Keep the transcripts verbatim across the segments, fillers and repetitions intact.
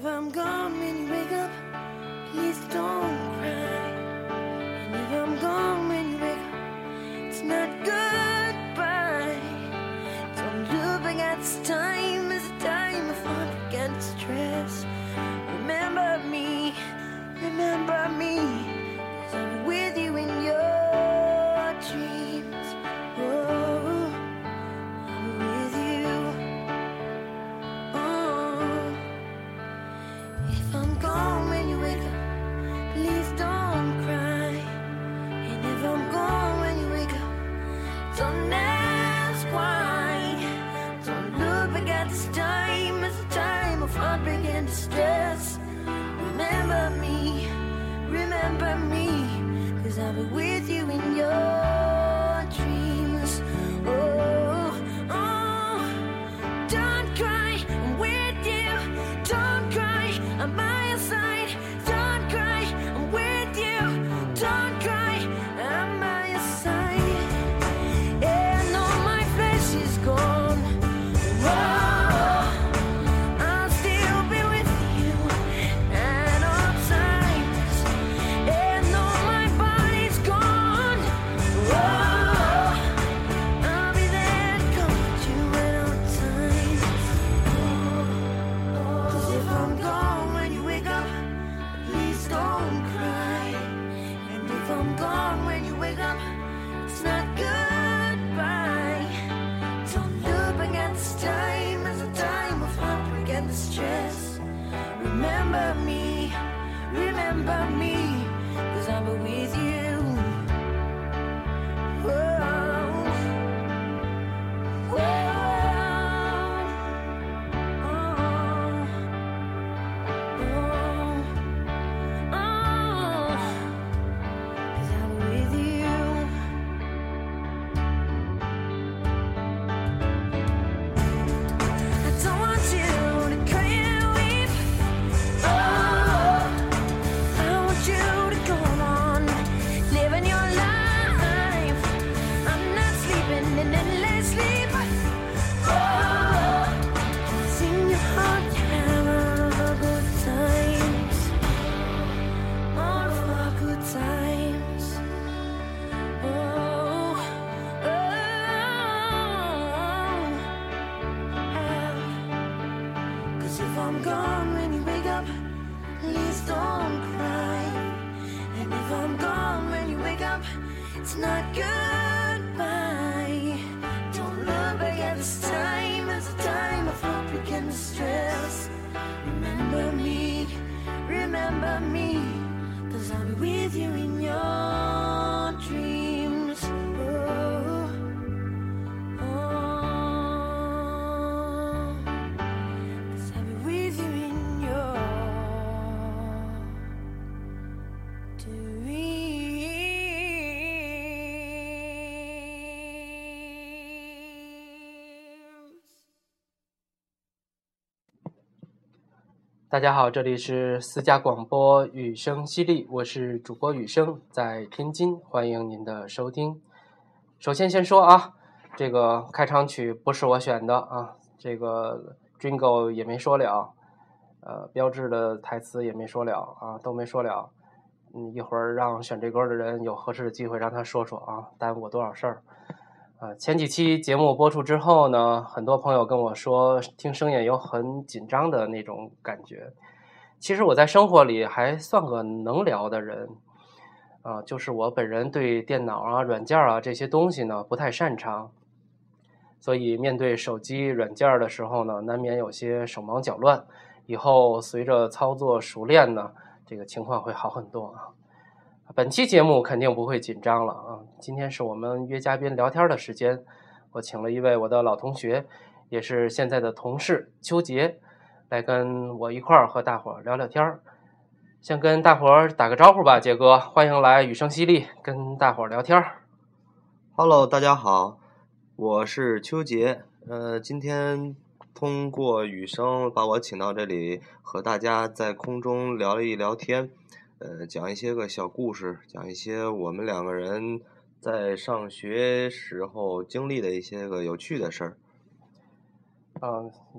if I'm gone when you wake up, please don't cry. And if I'm gone when you wake up, it's not goodbye. Don't look back at this time as a time of heartbreak and stress. Remember me, remember me, 'cause I'm with you in your dreams. Oh, I'm with you. Oh, if I'm gone when you wake up, please don't cry. And if I'm gone when you wake up, don't ask why. Don't look back at this time as a time of heartbreak and distress. Remember me, remember me, 'cause I'll be with you in your dreams. Oh, oh, don't cry, I'm with you. Don't cry, I'm by your side. Don't cry, I'm with you. Don't cry, I'm by your side. And all my flesh is gone. Whoa, I'll still be with you at all times. And all my body's gone. Whoa, I'll be there to comfort you at all times. 'Cause if I'm gone when you wake up, please don't cry. And if I'm gone when you wake up, it's not goodbye. Don't look back at this time as a time of heartbreak and distress. Remember me, remember me, 'cause I'll be with you. Whoa, whoa, oh, oh, oh, 'cause I'll be with you. I don't want you to cry and weep. Oh, I want you to go on, living your life. I'm not sleeping in endless sleep. Oh, sing your heart, have all the good times, all of the good times. Oh, oh, 'cause if I'm gone when you wake up, please don't cry. And if I'm gone when you wake up, it's not goodbye. Don't look back at this time as a time of heartbreak and distress. Remember me, remember me, 'cause I'll be with you in your dreams. Oh, oh, 'cause I'll be with you in your dreams. 大家好，这里是私家广播雨声犀利，我是主播雨声，在天津，欢迎您的收听。首先先说啊，这个开场曲不是我选的啊，这个 Jingle 也没说了，呃，标志的台词也没说了啊，都没说了。嗯，一会儿让选这歌的人有合适的机会让他说说啊，耽误我多少事儿。啊，前几期节目播出之后呢，很多朋友跟我说听声音有很紧张的那种感觉。其实我在生活里还算个能聊的人，啊，就是我本人对电脑啊、软件啊这些东西呢不太擅长，所以面对手机软件的时候呢，难免有些手忙脚乱。以后随着操作熟练呢，这个情况会好很多啊。本期节目肯定不会紧张了啊！今天是我们约嘉宾聊天的时间，我请了一位我的老同学，也是现在的同事邱杰，来跟我一块儿和大伙儿聊聊天儿。先跟大伙儿打个招呼吧，杰哥，欢迎来雨声犀利，跟大伙儿聊天儿。 Hello， 大家好，我是邱杰，呃，今天通过雨声把我请到这里，和大家在空中聊了一聊天。呃，讲一些个小故事，讲一些我们两个人在上学时候经历的一些个有趣的事儿。 嗯，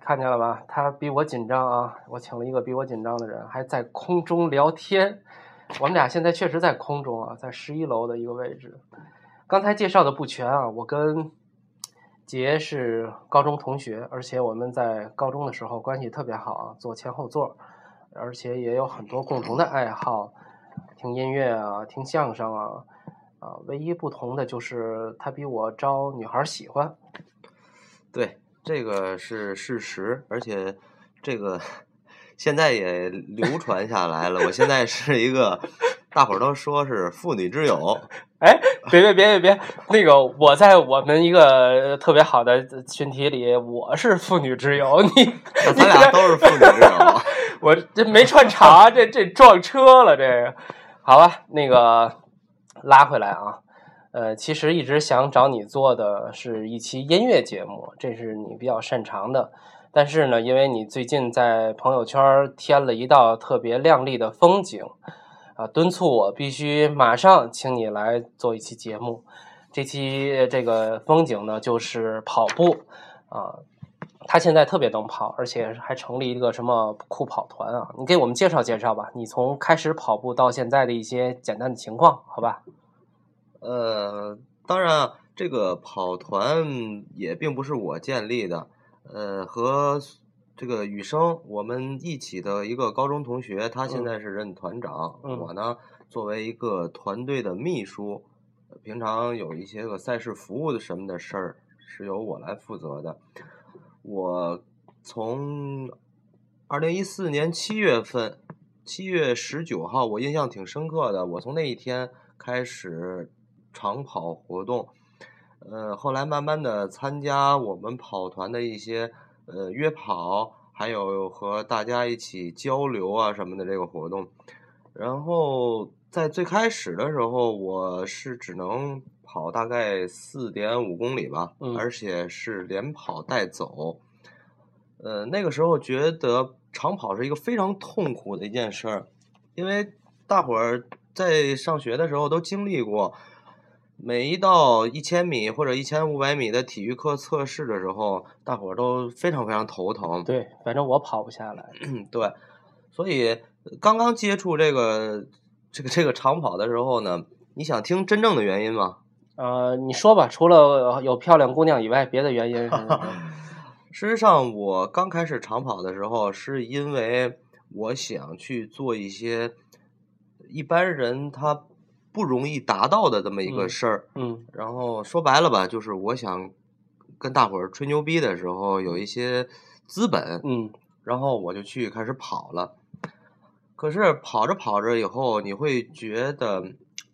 看见了吧？他比我紧张啊！我请了一个比我紧张的人，还在空中聊天。我们俩现在确实在空中啊，在十一楼的一个位置。刚才介绍的不全啊，我跟杰是高中同学，而且我们在高中的时候关系特别好啊，坐前后座，而且也有很多共同的爱好，听音乐啊，听相声啊，啊，唯一不同的就是他比我招女孩喜欢。 对，这个是事实，而且这个现在也流传下来了。我现在是一个大伙儿都说是妇女之友。 哎，别别别别别，那个我在我们一个特别好的群体里，我是妇女之友，你那咱俩都是妇女之友。 我这没串场，这这撞车了，这个好吧，那个拉回来啊。呃，其实一直想找你做的是一期音乐节目，这是你比较擅长的。但是呢，因为你最近在朋友圈添了一道特别亮丽的风景，啊，敦促我必须马上请你来做一期节目。这期这个风景呢，就是跑步啊。他现在特别能跑，而且还成立一个什么酷跑团啊。你给我们介绍介绍吧，你从开始跑步到现在的一些简单的情况，好吧？ 呃，当然啊，这个跑团也并不是我建立的，呃，和这个雨生我们一起的一个高中同学，他现在是任团长， 嗯、 我呢作为一个团队的秘书，平常有一些个赛事服务的什么的事儿是由我来负责的。我从二零一四年七月份，七月十九号，我印象挺深刻的，我从那一天开始长跑活动，呃，后来慢慢的参加我们跑团的一些呃约跑，还有和大家一起交流啊什么的这个活动。然后在最开始的时候，我是只能跑大概四点五公里吧， 嗯、 而且是连跑带走。呃，那个时候觉得长跑是一个非常痛苦的一件事儿，因为大伙儿在上学的时候都经历过。每一到一千米或者一千五百米的体育课测试的时候，大伙儿都非常非常头疼。 对，反正我跑不下来。 对，所以刚刚接触这个这个这个长跑的时候呢，你想听真正的原因吗？ 呃，你说吧，除了有漂亮姑娘以外，别的原因是什么？ 事实上，我刚开始长跑的时候，是因为我想去做一些一般人他不容易达到的这么一个事儿， 嗯，嗯， 然后说白了吧，就是我想跟大伙儿吹牛逼的时候有一些资本， 嗯， 然后我就去开始跑了。可是跑着跑着以后，你会觉得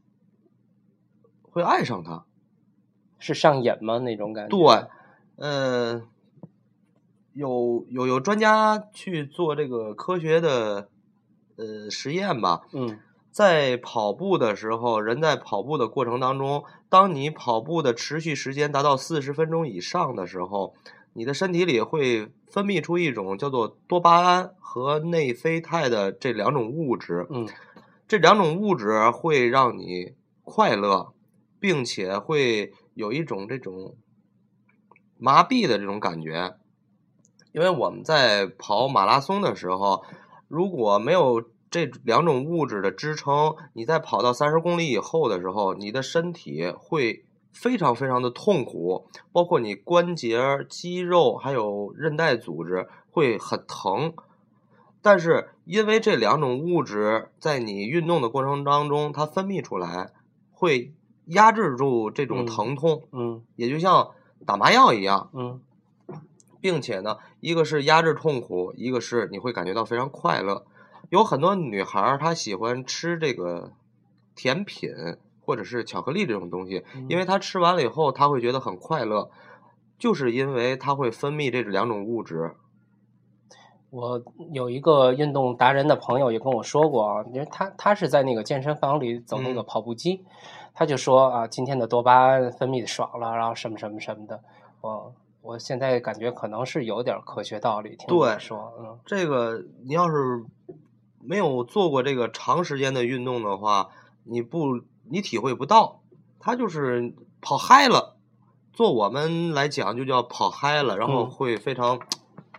会爱上它， 是上瘾吗？那种感觉？ 对，呃，有有有专家去做这个科学的呃实验吧， 嗯。 在跑步的时候，人在跑步的过程当中，当你跑步的持续时间达到四十分钟以上的时候，你的身体里会分泌出一种叫做多巴胺和内啡肽的这两种物质。 嗯， 这两种物质会让你快乐，并且会有一种这种麻痹的这种感觉。因为我们在跑马拉松的时候，如果没有这两种物质的支撑，你在跑到三十公里以后的时候，你的身体会非常非常的痛苦，包括你关节、肌肉还有韧带组织会很疼。但是因为这两种物质在你运动的过程当中，它分泌出来，会压制住这种疼痛， 嗯，嗯也就像打麻药一样， 嗯， 并且呢，一个是压制痛苦，一个是你会感觉到非常快乐。有很多女孩她喜欢吃这个甜品或者是巧克力这种东西，因为她吃完了以后她会觉得很快乐，就是因为她会分泌这两种物质。 我有一个运动达人的朋友也跟我说过啊，因为他他是在那个健身房里走那个跑步机，嗯、他就说啊，今天的多巴胺分泌的爽了，然后什么什么什么的。我我现在感觉可能是有点科学道理。听你说，嗯， 这个你要是没有做过这个长时间的运动的话，你不你体会不到，它就是跑嗨了。做我们来讲就叫跑嗨了，然后会非常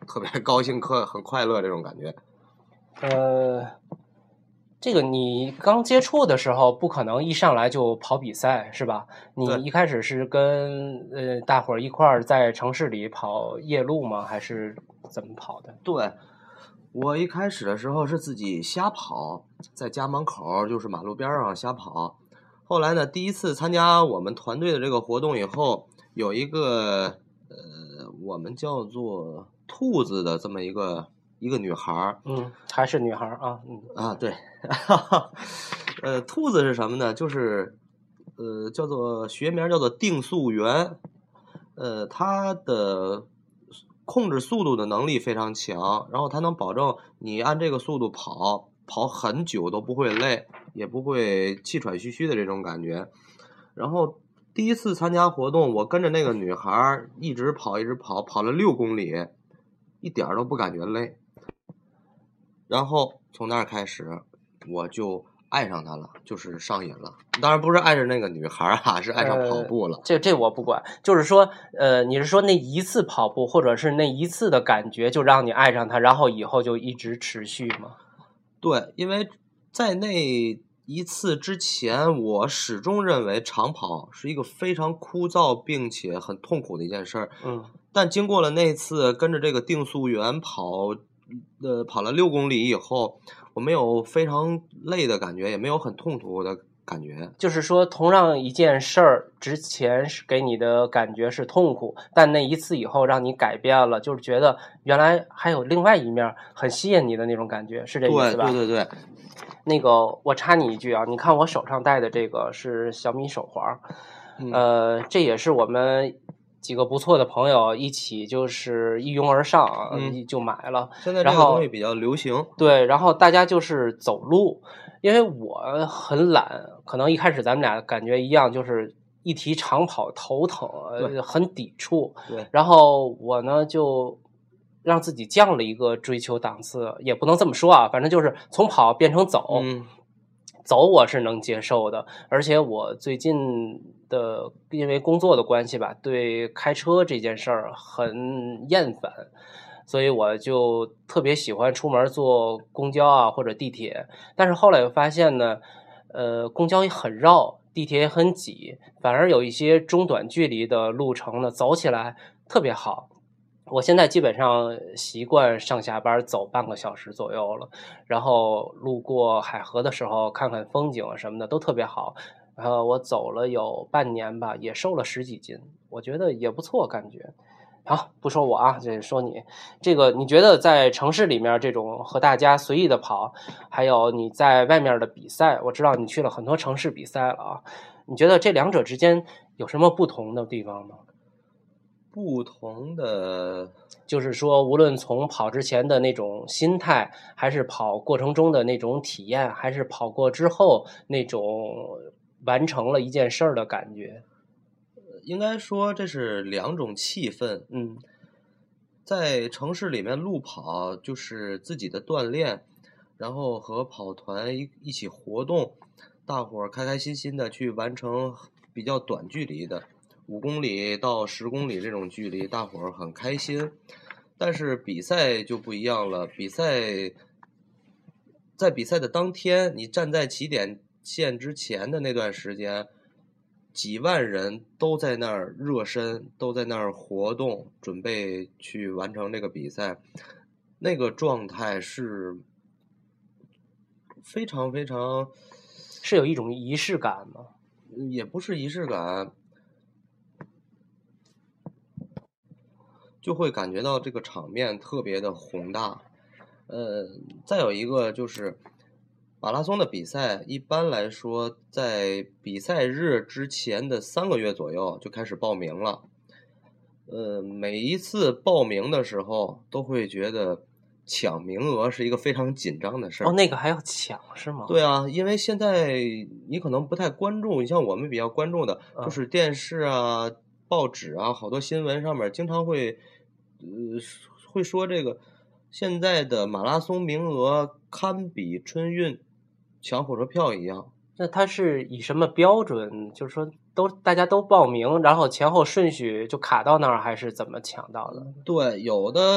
特别高兴、快很快乐这种感觉。 呃，这个你刚接触的时候，不可能一上来就跑比赛，是吧？你一开始是跟呃大伙儿一块儿在城市里跑夜路吗？还是怎么跑的？ 对，我一开始的时候是自己瞎跑，在家门口就是马路边上瞎跑。后来呢，第一次参加我们团队的这个活动以后，有一个呃，我们叫做兔子的这么一个一个女孩， 嗯，还是女孩啊，嗯啊，对，呃，兔子是什么呢？就是呃，叫做学名叫做定速员，呃，它的控制速度的能力非常强，然后它能保证你按这个速度跑，跑很久都不会累，也不会气喘吁吁的这种感觉。然后第一次参加活动，我跟着那个女孩一直跑，一直跑，跑了六公里，一点都不感觉累。然后从那儿开始，我就爱上她了，就是上瘾了。当然不是爱上那个女孩啊，是爱上跑步了。 呃、这这我不管，就是说，呃，你是说那一次跑步，或者是那一次的感觉，就让你爱上她，然后以后就一直持续吗？ 对，因为在那一次之前，我始终认为长跑是一个非常枯燥并且很痛苦的一件事儿。 嗯， 但经过了那次跟着这个定速员跑，呃，跑了六公里以后，我没有非常累的感觉，也没有很痛苦的感觉。 就是说，同样一件事儿，之前是给你的感觉是痛苦，但那一次以后让你改变了，就是觉得原来还有另外一面很吸引你的那种感觉，是这意思吧？ 对对对对。 那个，我插你一句啊，你看我手上戴的这个是小米手环， 嗯、 呃，这也是我们几个不错的朋友一起就是一拥而上啊， 嗯、 就买了。 现在这个东西比较流行。 对，然后大家就是走路，因为我很懒，可能一开始咱们俩感觉一样，就是一提长跑头疼，很抵触。 对， 然后我呢就让自己降了一个追求档次，也不能这么说啊，反正就是从跑变成走。 嗯， 走我是能接受的，而且我最近的因为工作的关系吧，对开车这件事儿很厌烦，所以我就特别喜欢出门坐公交啊或者地铁。但是后来我发现呢，呃，公交也很绕，地铁也很挤，反而有一些中短距离的路程呢，走起来特别好。我现在基本上习惯上下班走半个小时左右了，然后路过海河的时候看看风景什么的都特别好。然后我走了有半年吧，也瘦了十几斤，我觉得也不错感觉。好，不说我啊，这说你。这个你觉得在城市里面这种和大家随意的跑，还有你在外面的比赛，我知道你去了很多城市比赛了啊，你觉得这两者之间有什么不同的地方吗？ 不同的， 就是说无论从跑之前的那种心态，还是跑过程中的那种体验，还是跑过之后那种完成了一件事儿的感觉， 应该说这是两种气氛。 嗯， 在城市里面路跑就是自己的锻炼，然后和跑团一一起活动，大伙儿开开心心的去完成比较短距离的五公里到十公里这种距离，大伙儿很开心。但是比赛就不一样了，比赛在比赛的当天，你站在起点线之前的那段时间，几万人都在那儿热身，都在那儿活动，准备去完成这个比赛。那个状态是非常非常， 是有一种仪式感吗？ 也不是仪式感，就会感觉到这个场面特别的宏大。呃，再有一个就是马拉松的比赛，一般来说在比赛日之前的三个月左右就开始报名了。呃，每一次报名的时候都会觉得抢名额是一个非常紧张的事儿。 哦，那个还要抢是吗？ 对啊，因为现在你可能不太关注，你像我们比较关注的就是电视啊、嗯、报纸啊，好多新闻上面经常会呃会说这个现在的马拉松名额堪比春运抢火车票一样。 那它是以什么标准？就是说都大家都报名，然后前后顺序就卡到那儿，还是怎么抢到的？ 对，有的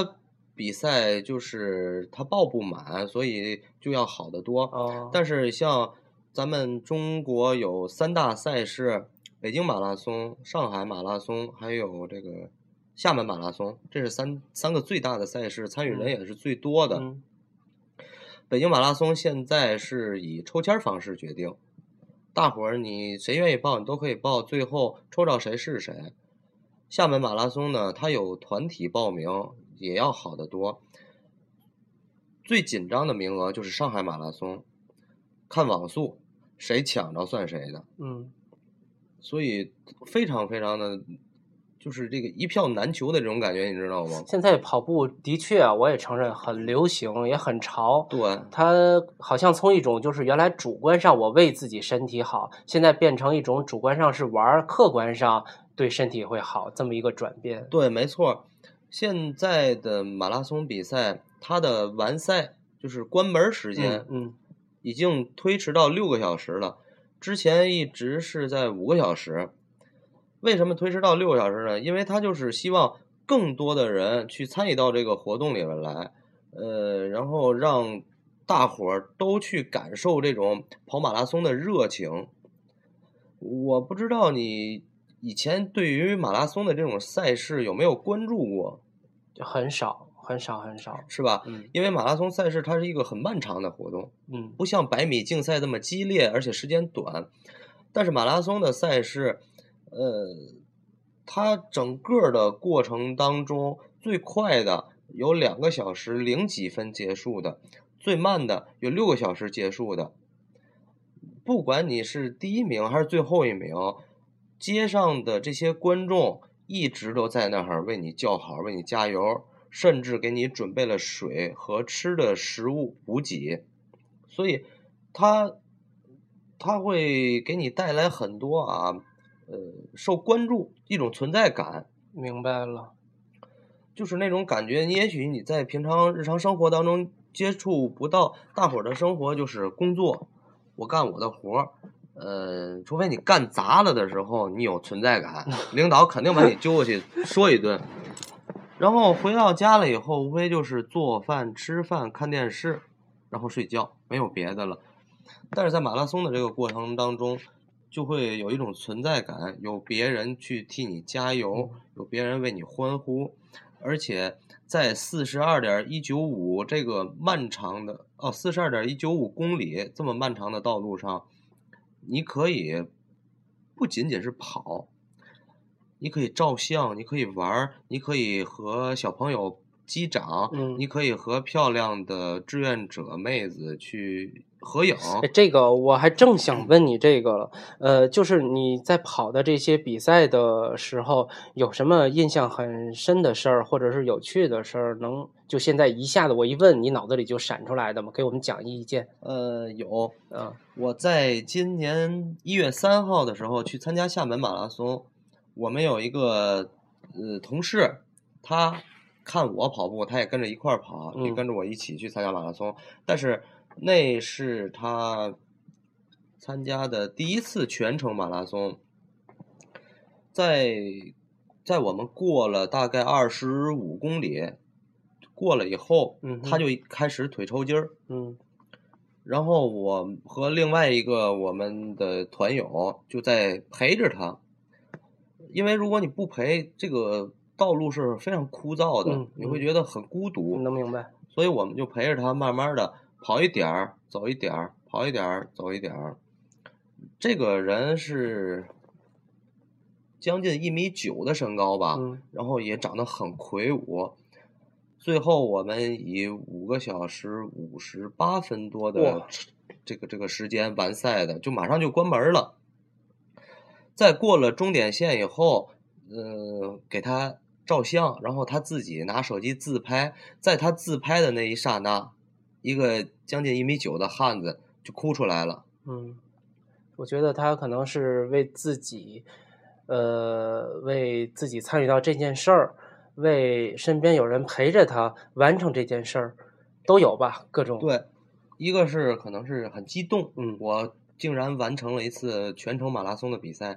比赛就是它报不满，所以就要好得多。 哦， 但是像咱们中国有三大赛事，北京马拉松、上海马拉松，还有这个厦门马拉松，这是三三个最大的赛事，参与人也是最多的。 嗯， 北京马拉松现在是以抽签方式决定，大伙儿你谁愿意报你都可以报，最后抽着谁是谁。厦门马拉松呢，它有团体报名，也要好得多。最紧张的名额就是上海马拉松，看网速，谁抢着算谁的。 嗯， 所以非常非常的，就是这个一票难求的这种感觉，你知道吗？ 现在跑步的确啊，我也承认很流行，也很潮。 对， 它好像从一种就是原来主观上我为自己身体好，现在变成一种主观上是玩，客观上对身体会好这么一个转变。 对，没错。现在的马拉松比赛，它的完赛就是关门时间， 嗯， 已经推迟到六个小时了。之前一直是在五个小时。为什么推迟到六个小时呢？因为他就是希望更多的人去参与到这个活动里面来，呃，然后让大伙儿都去感受这种跑马拉松的热情。我不知道你以前对于马拉松的这种赛事有没有关注过？ 就很少很少很少， 是吧？ 嗯， 因为马拉松赛事它是一个很漫长的活动， 嗯， 不像百米竞赛这么激烈，而且时间短。但是马拉松的赛事，呃，它整个的过程当中，最快的有两个小时零几分结束的，最慢的有六个小时结束的。不管你是第一名还是最后一名，街上的这些观众一直都在那儿为你叫好，为你加油，甚至给你准备了水和吃的食物补给，所以它它会给你带来很多啊，呃，受关注，一种存在感。 明白了。 就是那种感觉，你也许你在平常日常生活当中接触不到，大伙儿的生活就是工作，我干我的活儿，呃，除非你干砸了的时候，你有存在感，领导肯定把你揪过去说一顿。然后回到家了以后，无非就是做饭、吃饭、看电视，然后睡觉，没有别的了。但是在马拉松的这个过程当中，就会有一种存在感，有别人去替你加油，有别人为你欢呼，而且在四十二点一九五这个漫长的哦，四十二点一九五公里这么漫长的道路上，你可以不仅仅是跑，你可以照相，你可以玩，你可以和小朋友击掌， 嗯， 你可以和漂亮的志愿者妹子去合影。 这个我还正想问你这个了，呃，就是你在跑的这些比赛的时候，有什么印象很深的事儿，或者是有趣的事儿，能就现在一下子我一问，你脑子里就闪出来的吗？给我们讲一件。 呃，有， 嗯， 我在今年一月三号的时候去参加厦门马拉松，我们有一个呃同事，他看我跑步，他也跟着一块儿跑，也跟着我一起去参加马拉松，但是那是他参加的第一次全程马拉松。在在我们过了大概二十五公里过了以后， 嗯， 他就开始腿抽筋儿。 嗯， 然后我和另外一个我们的团友就在陪着他，因为如果你不陪，这个道路是非常枯燥的， 嗯， 你会觉得很孤独。 能明白。 所以我们就陪着他慢慢的跑一点儿，走一点儿，跑一点儿，走一点儿。这个人是将近一米九的身高吧， 嗯， 然后也长得很魁梧。最后我们以五个小时五十八分多的这个这个时间完赛的，就马上就关门了。在过了终点线以后，呃，给他照相，然后他自己拿手机自拍，在他自拍的那一刹那，一个将近一米九的汉子就哭出来了。 嗯，我觉得他可能是为自己，呃，为自己参与到这件事儿，为身边有人陪着他完成这件事儿，都有吧，各种。 对，一个是可能是很激动， 嗯， 我竟然完成了一次全程马拉松的比赛。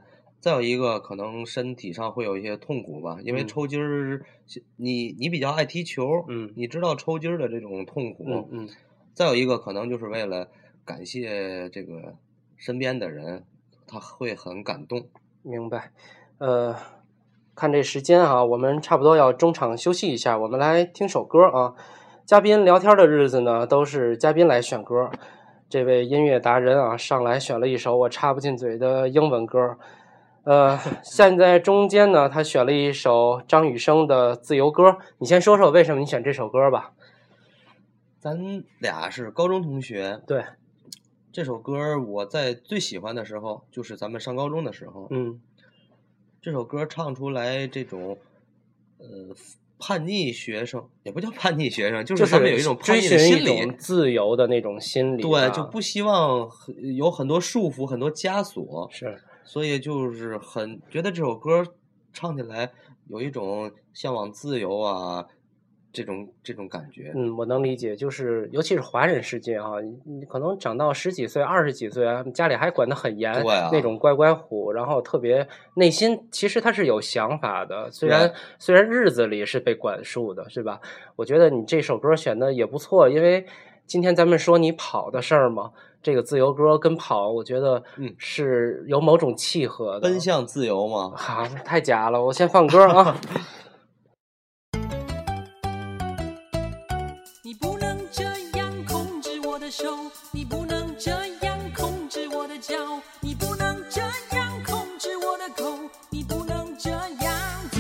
再有一个可能身体上会有一些痛苦吧，因为嗯抽筋儿，你你比较爱踢球， 嗯你知道抽筋儿的这种痛苦。 嗯嗯。 再有一个可能就是为了感谢这个身边的人，他会很感动。 明白。呃，看这时间啊，我们差不多要中场休息一下，我们来听首歌啊。嘉宾聊天的日子呢，都是嘉宾来选歌。这位音乐达人啊，上来选了一首我插不进嘴的英文歌。呃，现在中间呢，他选了一首张雨生的《自由歌》。你先说说为什么你选这首歌吧。 咱俩是高中同学， 对， 这首歌我在最喜欢的时候，就是咱们上高中的时候。 嗯， 这首歌唱出来这种，呃，叛逆学生也不叫叛逆学生，就是他们有一种叛逆的心理， 追寻一种自由的那种心理、啊。 对，就不希望有很多束缚、很多枷锁。 是， 所以就是很觉得这首歌唱起来有一种向往自由啊。这种这种感觉， 嗯，我能理解，就是尤其是华人世界啊，你可能长到十几岁、二十几岁啊，家里还管得很严， 对啊， 那种乖乖虎，然后特别内心其实他是有想法的，虽然虽然日子里是被管束的，是吧？我觉得你这首歌选的也不错，因为今天咱们说你跑的事儿嘛，这个自由歌跟跑，我觉得是有某种契合的， 奔向自由嘛。 啊，太假了，我先放歌啊。 手，你不能这样控制我的脚，你不能这样控制我的口，你不能这样做。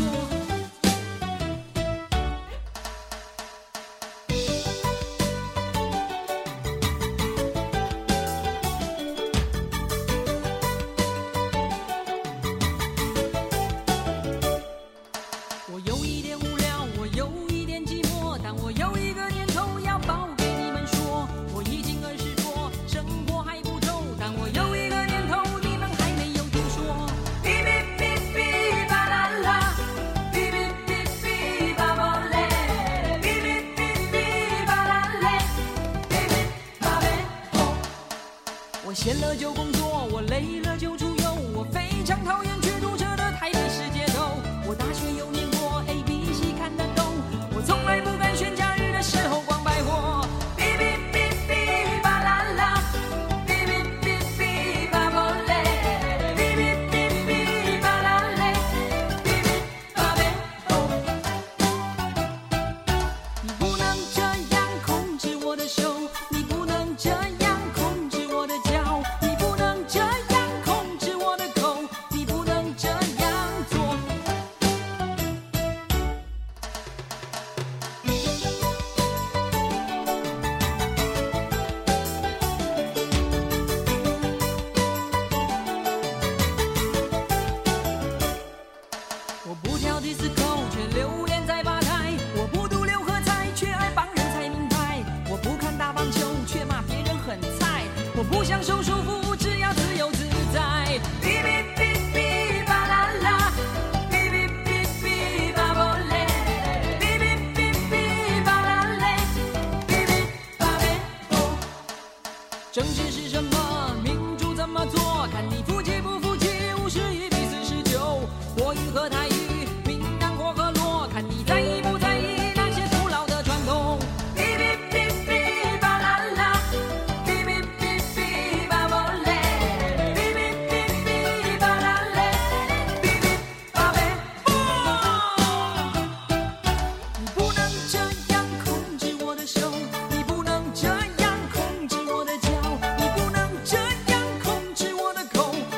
我有一点无聊，我有一点寂寞，但我有一个念头要报给你们说。我已经二十多，生活还不够，但我有一个念头，你们还没有听说。哔哔哔哔吧啦啦，哔哔哔哔吧吧嘞，哔哔哔哔吧啦嘞，哔哔吧呗吼。我闲了就工作，我累了就出游，我非常讨厌去堵车的台北市街头。我大学有念过 A B C 看得懂，我从来不敢选假日的时候逛百货。我不跳迪斯科，却流连在吧台；我不读六合彩，却爱帮人猜名牌；我不看打棒球，却骂别人很菜；我不享受束缚，只要自由自在。哔哔哔哔吧啦啦，哔哔哔哔吧吧嘞，哔哔哔哔吧啦嘞，哔哔吧呗吼。政治是什么？民主怎么做？看你服气不服气？五十一比四十九，国语和台语。看你在意不在意那些古老的传统。哔哔哔哔吧啦啦，哔哔哔哔吧吧嘞，哔哔哔哔吧啦嘞，哔哔吧呗吼。你不能这样控制我的手，你不能这样控制我的脚，你不能这样控制我的口。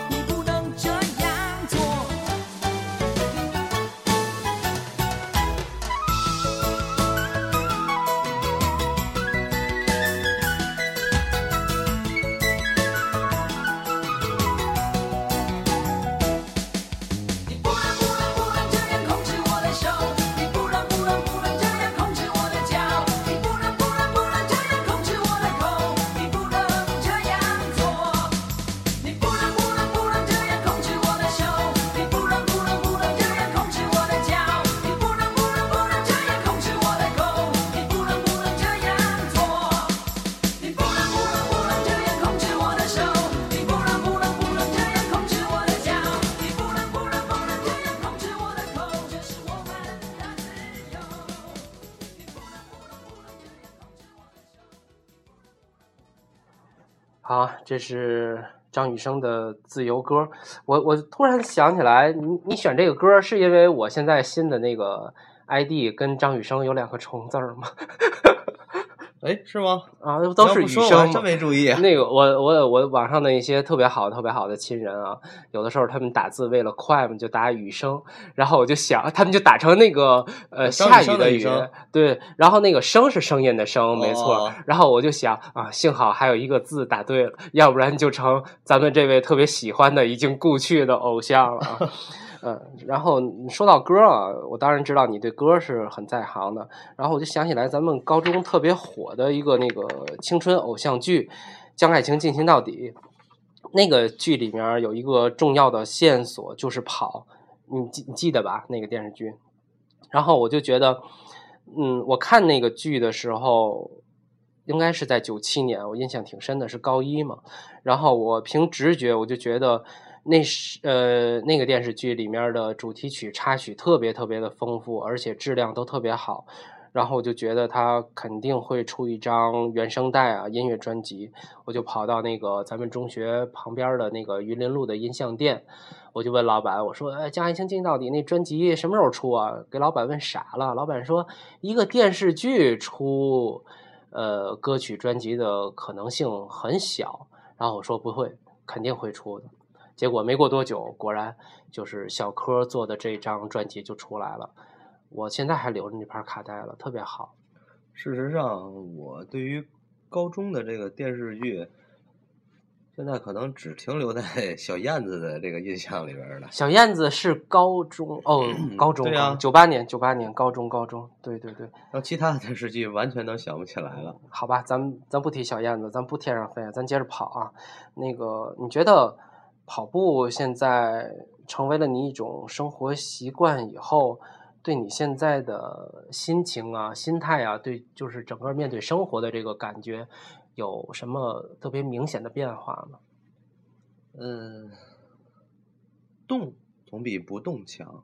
好，这是张雨生的自由歌。我我突然想起来，你你选这个歌是因为我现在新的那个 I D 跟张雨生有两个重字吗？ 哎，是吗？ 啊，都是雨生， 真没注意。 那个我我我网上的一些特别好特别好的亲人啊，有的时候他们打字为了快嘛，就打雨生，然后我就想，他们就打成那个呃下雨的雨，对，然后那个声是声音的声，没错。哦、然后我就想啊，幸好还有一个字打对了，要不然就成咱们这位特别喜欢的已经故去的偶像了啊。嗯，然后说到歌啊，我当然知道你对歌是很在行的。然后我就想起来，咱们高中特别火的一个那个青春偶像剧《将爱情进行到底》，那个剧里面有一个重要的线索就是跑，你记你记得吧？那个电视剧。然后我就觉得，嗯，我看那个剧的时候，应该是在九七年，我印象挺深的，是高一嘛。然后我凭直觉，我就觉得。那是呃，那个电视剧里面的主题曲插曲特别特别的丰富，而且质量都特别好，然后我就觉得他肯定会出一张原声带啊音乐专辑，我就跑到那个咱们中学旁边的那个云林路的音像店，我就问老板，我说哎，将爱情进到底那专辑什么时候出啊？给老板问傻了，老板说一个电视剧出呃歌曲专辑的可能性很小，然后我说不会，肯定会出的。结果没过多久，果然就是小柯做的这张专辑就出来了。我现在还留着那盘卡带了，特别好。 事实上，我对于高中的这个电视剧，现在可能只停留在小燕子的这个印象里边了。 小燕子是高中哦，高中对啊， 九八年，九八年高中，高中，对对对。 然后其他的电视剧完全都想不起来了。 好吧，咱咱不提小燕子，咱不添上飞，咱接着跑啊。那个，你觉得？跑步现在成为了你一种生活习惯以后，对你现在的心情啊、心态啊，对，就是整个面对生活的这个感觉，有什么特别明显的变化吗？ 嗯，动总比不动强。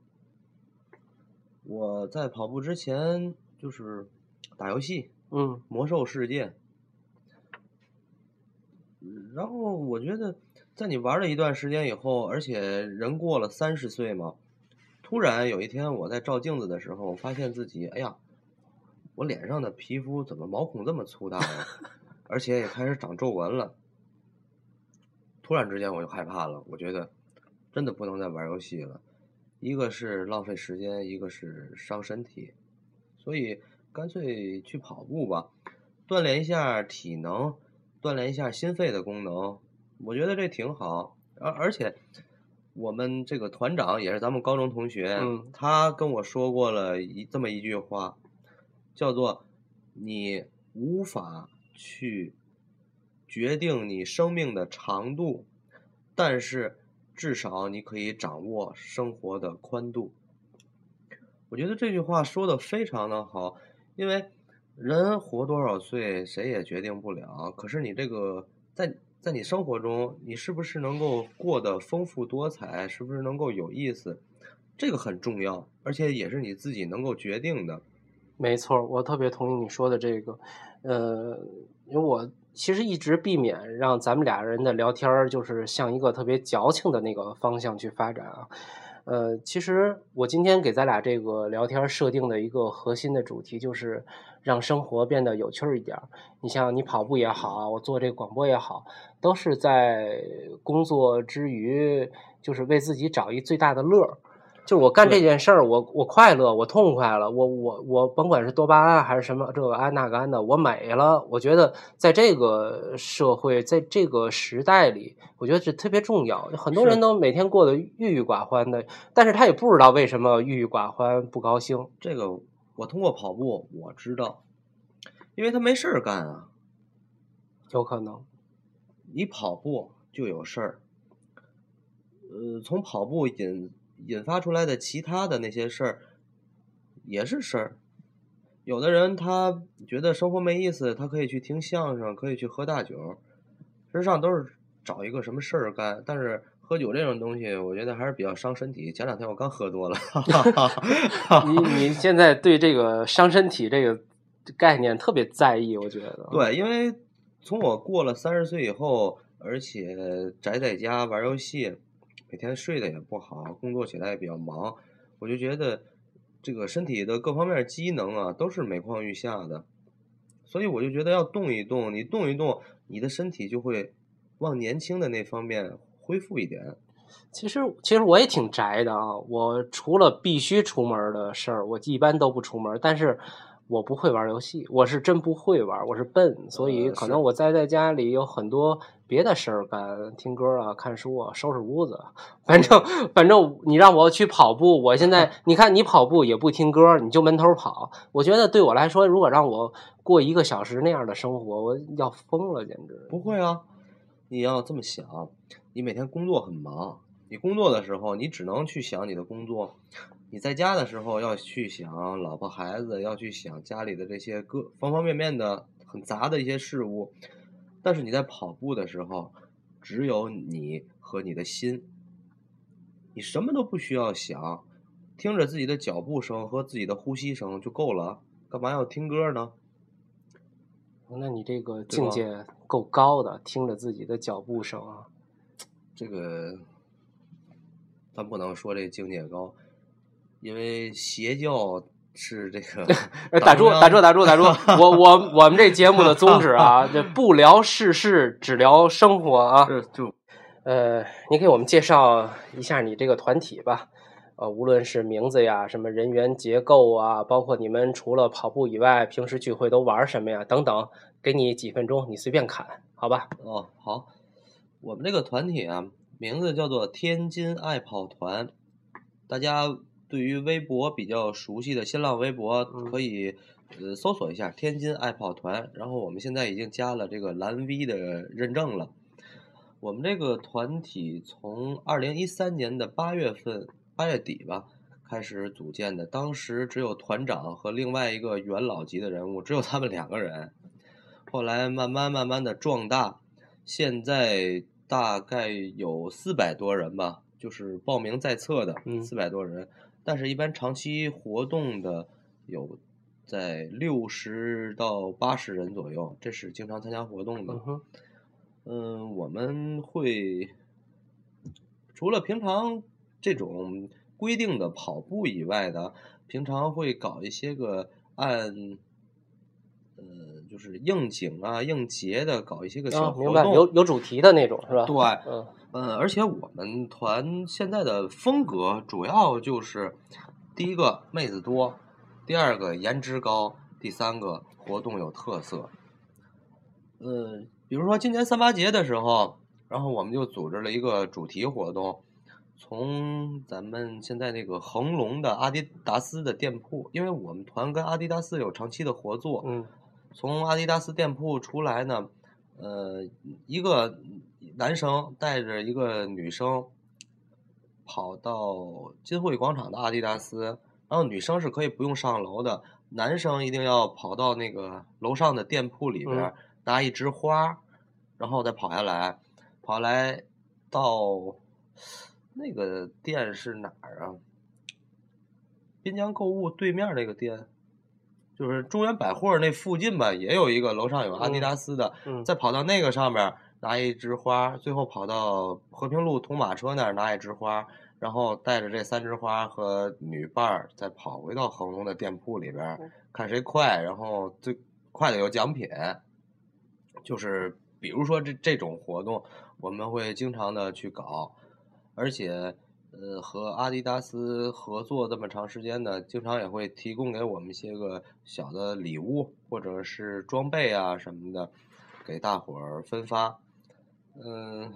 我在跑步之前就是打游戏， 嗯， 魔兽世界。然后我觉得，在你玩了一段时间以后，而且人过了三十岁嘛，突然有一天我在照镜子的时候，发现自己，哎呀，我脸上的皮肤怎么毛孔这么粗大呀？而且也开始长皱纹了。突然之间我就害怕了，我觉得真的不能再玩游戏了，一个是浪费时间，一个是伤身体，所以干脆去跑步吧，锻炼一下体能。锻炼一下心肺的功能，我觉得这挺好。而而且我们这个团长也是咱们高中同学， 嗯， 他跟我说过了一这么一句话，叫做你无法去决定你生命的长度，但是至少你可以掌握生活的宽度。我觉得这句话说的非常的好，因为人活多少岁谁也决定不了，可是你这个在在你生活中，你是不是能够过得丰富多彩，是不是能够有意思，这个很重要，而且也是你自己能够决定的。 没错，我特别同意你说的这个，呃，因为我其实一直避免让咱们俩人的聊天就是向一个特别矫情的那个方向去发展啊。呃，其实我今天给咱俩这个聊天设定的一个核心的主题就是让生活变得有趣一点。你像你跑步也好，我做这个广播也好，都是在工作之余，就是为自己找一最大的乐。就是我干这件事儿，我我快乐，我痛快了，我我我甭管是多巴胺还是什么这个胺那个胺的，我美了。我觉得在这个社会，在这个时代里，我觉得这特别重要。很多人都每天过得郁郁寡欢的，但是他也不知道为什么郁郁寡欢不高兴。 这个我通过跑步我知道，因为他没事儿干啊。 有可能， 你跑步就有事儿。呃，从跑步引。引发出来的其他的那些事儿也是事儿。有的人他觉得生活没意思，他可以去听相声，可以去喝大酒，实际上都是找一个什么事儿干。但是喝酒这种东西我觉得还是比较伤身体，前两天我刚喝多了。 你你现在对这个伤身体这个概念特别在意，我觉得。 对，因为从我过了三十岁以后，而且宅在家玩游戏，每天睡得也不好，工作起来也比较忙，我就觉得这个身体的各方面机能啊都是每况愈下的，所以我就觉得要动一动，你动一动，你的身体就会往年轻的那方面恢复一点。 其实其实我也挺宅的啊，我除了必须出门的事儿，我一般都不出门，但是我不会玩游戏，我是真不会玩，我是笨，所以可能我待在家里有很多别的事儿干，听歌啊，看书啊，收拾屋子，反正反正你让我去跑步，我现在你看你跑步也不听歌，你就闷头跑，我觉得对我来说，如果让我过一个小时那样的生活，我要疯了，简直。 不会啊，你要这么想，你每天工作很忙，你工作的时候你只能去想你的工作，你在家的时候要去想老婆孩子，要去想家里的这些各方方面面的很杂的一些事物，但是你在跑步的时候只有你和你的心，你什么都不需要想，听着自己的脚步声和自己的呼吸声就够了，干嘛要听歌呢？ 那你这个境界够高的，听着自己的脚步声啊。 这个咱不能说这境界高，因为邪教是这个打住打住打住打住我我我们这节目的宗旨啊，这不聊世事，只聊生活啊。 是就呃，你给我们介绍一下你这个团体吧。呃，无论是名字呀，什么人员结构啊，包括你们除了跑步以外，平时聚会都玩什么呀，等等，给你几分钟，你随便侃，好吧？ 哦，好，我们这个团体啊，名字叫做天津爱跑团。大家对于微博比较熟悉的新浪微博，可以、嗯、呃搜索一下天津爱跑团。然后我们现在已经加了这个蓝 V 的认证了。我们这个团体从二零一三年的八月份。八月底吧开始组建的，当时只有团长和另外一个元老级的人物，只有他们两个人。后来慢慢慢慢的壮大，现在大概有四百多人吧，就是报名在册的四百多人、嗯、但是一般长期活动的有在六十到八十人左右，这是经常参加活动的。嗯, 嗯我们会除了平常这种规定的跑步以外的，平常会搞一些个按呃就是应景啊应节的搞一些个小活动、 哦、明白，有有主题的那种是吧？ 对，嗯呃而且我们团现在的风格主要就是第一个妹子多，第二个颜值高，第三个活动有特色。呃比如说今年三八节的时候，然后我们就组织了一个主题活动，从咱们现在那个恒隆的阿迪达斯的店铺，因为我们团跟阿迪达斯有长期的合作， 嗯， 从阿迪达斯店铺出来呢，呃，一个男生带着一个女生跑到金汇广场的阿迪达斯，然后女生是可以不用上楼的，男生一定要跑到那个楼上的店铺里边、嗯、拿一枝花，然后再跑下来，跑来到那个店是哪儿啊？滨江购物对面那个店，就是中原百货那附近吧，也有一个楼上有阿迪达斯的、 嗯嗯、 再跑到那个上面拿一枝花，最后跑到和平路铜马车那儿拿一枝花，然后带着这三枝花和女伴再跑回到恒隆的店铺里边、嗯、看谁快，然后最快的有奖品。就是比如说这这种活动我们会经常的去搞，而且呃和阿迪达斯合作这么长时间呢，经常也会提供给我们一些个小的礼物或者是装备啊什么的给大伙儿分发。嗯，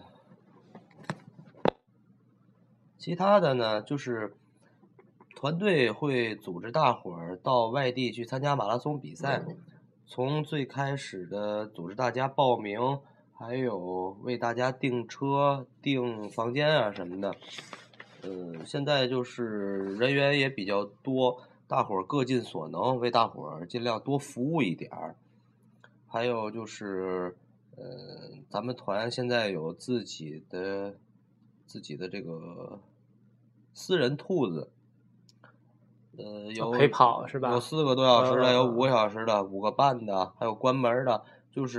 其他的呢就是团队会组织大伙儿到外地去参加马拉松比赛，从最开始的组织大家报名，还有为大家订车订房间啊什么的，呃，现在就是人员也比较多，大伙儿各尽所能，为大伙儿尽量多服务一点儿。还有就是呃咱们团现在有自己的自己的这个私人兔子，呃，有陪跑是吧？ 有四个多小时的，有五个小时的，五个半的，还有关门的，就是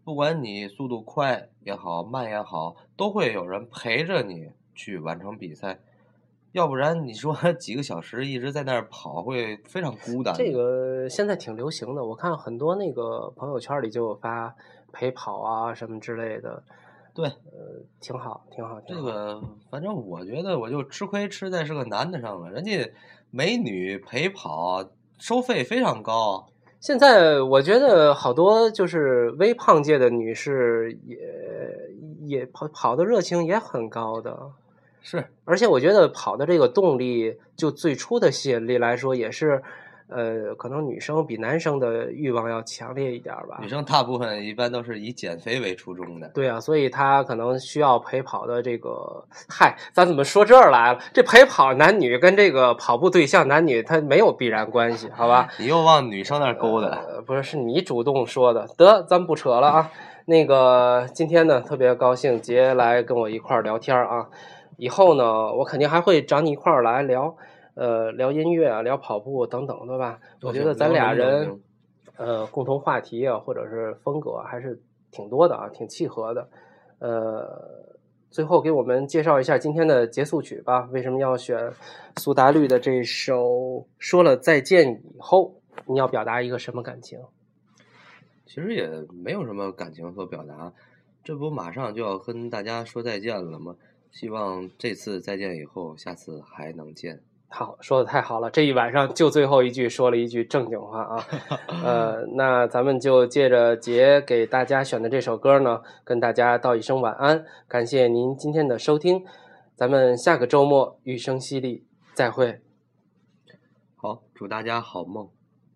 不管你速度快也好，慢也好，都会有人陪着你去完成比赛。要不然你说几个小时一直在那儿跑，会非常孤单。 这个现在挺流行的，我看很多那个朋友圈里就有发陪跑啊什么之类的。 对， 呃，挺好，挺好。挺这好个反正我觉得我就吃亏吃在是个男的上了，人家美女陪跑收费非常高。 现在我觉得好多就是微胖界的女士也也跑跑的热情也很高的。 是， 而且我觉得跑的这个动力，就最初的吸引力来说，也是，呃，可能女生比男生的欲望要强烈一点吧。 女生大部分一般都是以减肥为初衷的。 对啊，所以她可能需要陪跑的这个，嗨，咱怎么说这儿来了？这陪跑男女跟这个跑步对象男女，它没有必然关系，好吧？ 你又往女生那儿勾的、 呃，不是，是你主动说的。得，咱不扯了啊。那个今天呢，特别高兴杰来跟我一块儿聊天啊。以后呢，我肯定还会找你一块儿来聊，呃，聊音乐啊，聊跑步等等，对吧？我觉得咱俩人，呃，共同话题啊，或者是风格还是挺多的啊，挺契合的。呃，最后给我们介绍一下今天的结束曲吧。为什么要选苏打绿的这首《说了再见以后》？你要表达一个什么感情？ 其实也没有什么感情所表达，这不马上就要跟大家说再见了吗？希望这次再见以后，下次还能见。 好，说的太好了，这一晚上就最后一句说了一句正经话啊。呃，那咱们就借着杰给大家选的这首歌呢，跟大家道一声晚安，感谢您今天的收听，咱们下个周末雨声淅沥再会。 好，祝大家好梦。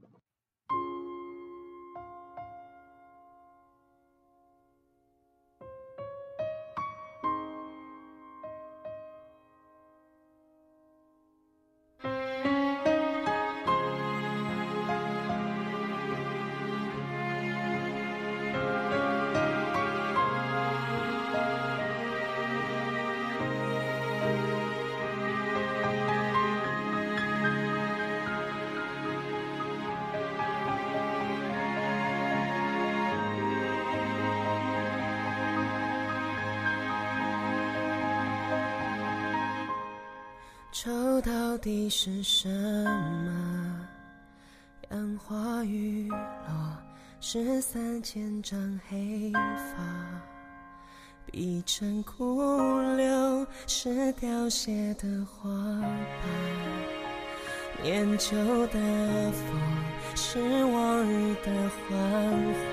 愁到底是什么？杨花雨落，是三千丈黑发，碧城古柳，是凋谢的花瓣，念旧的风，是往日的欢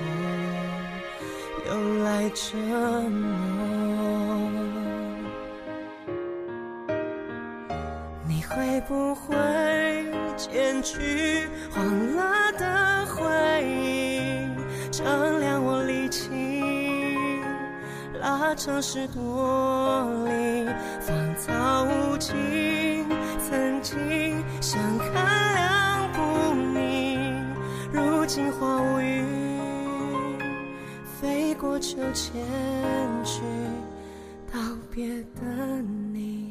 呼，又来折磨。你会不会剪去黄了的回忆，丈量我力气，拉长十多里，芳草无尽，曾经相看两不宁，如今花无语，飞过秋千去道别的你。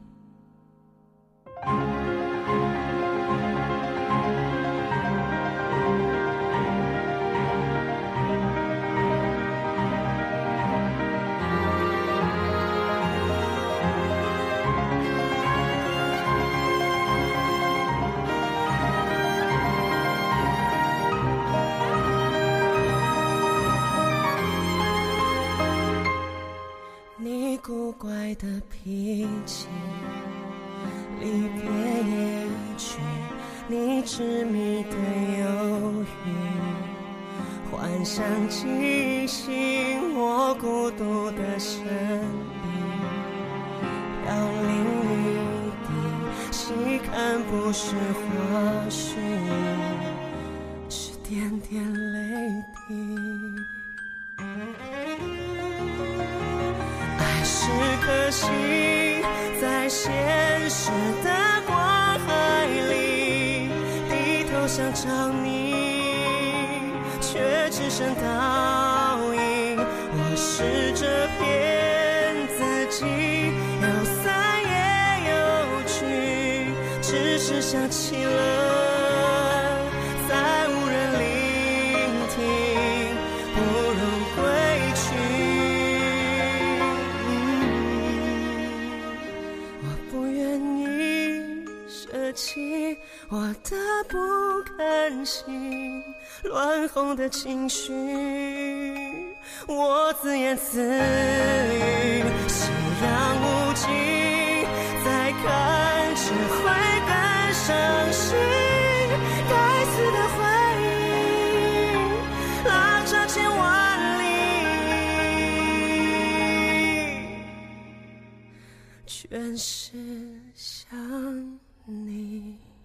你古怪的脾气，离别也去，你执迷的犹豫，幻想惊醒我孤独的身影，飘零一地，细看不是花絮，是点点泪滴。是颗心在现实的光海里低头想找你，却只剩倒影。我试着骗自己，有散也有聚，只是想起了，再无人聆听，不容归不愿意舍弃我的不甘心，乱哄的情绪，我自言自语，夕阳无尽，再看只会更伤心。该死的回忆，浪潮千万里，全是想你。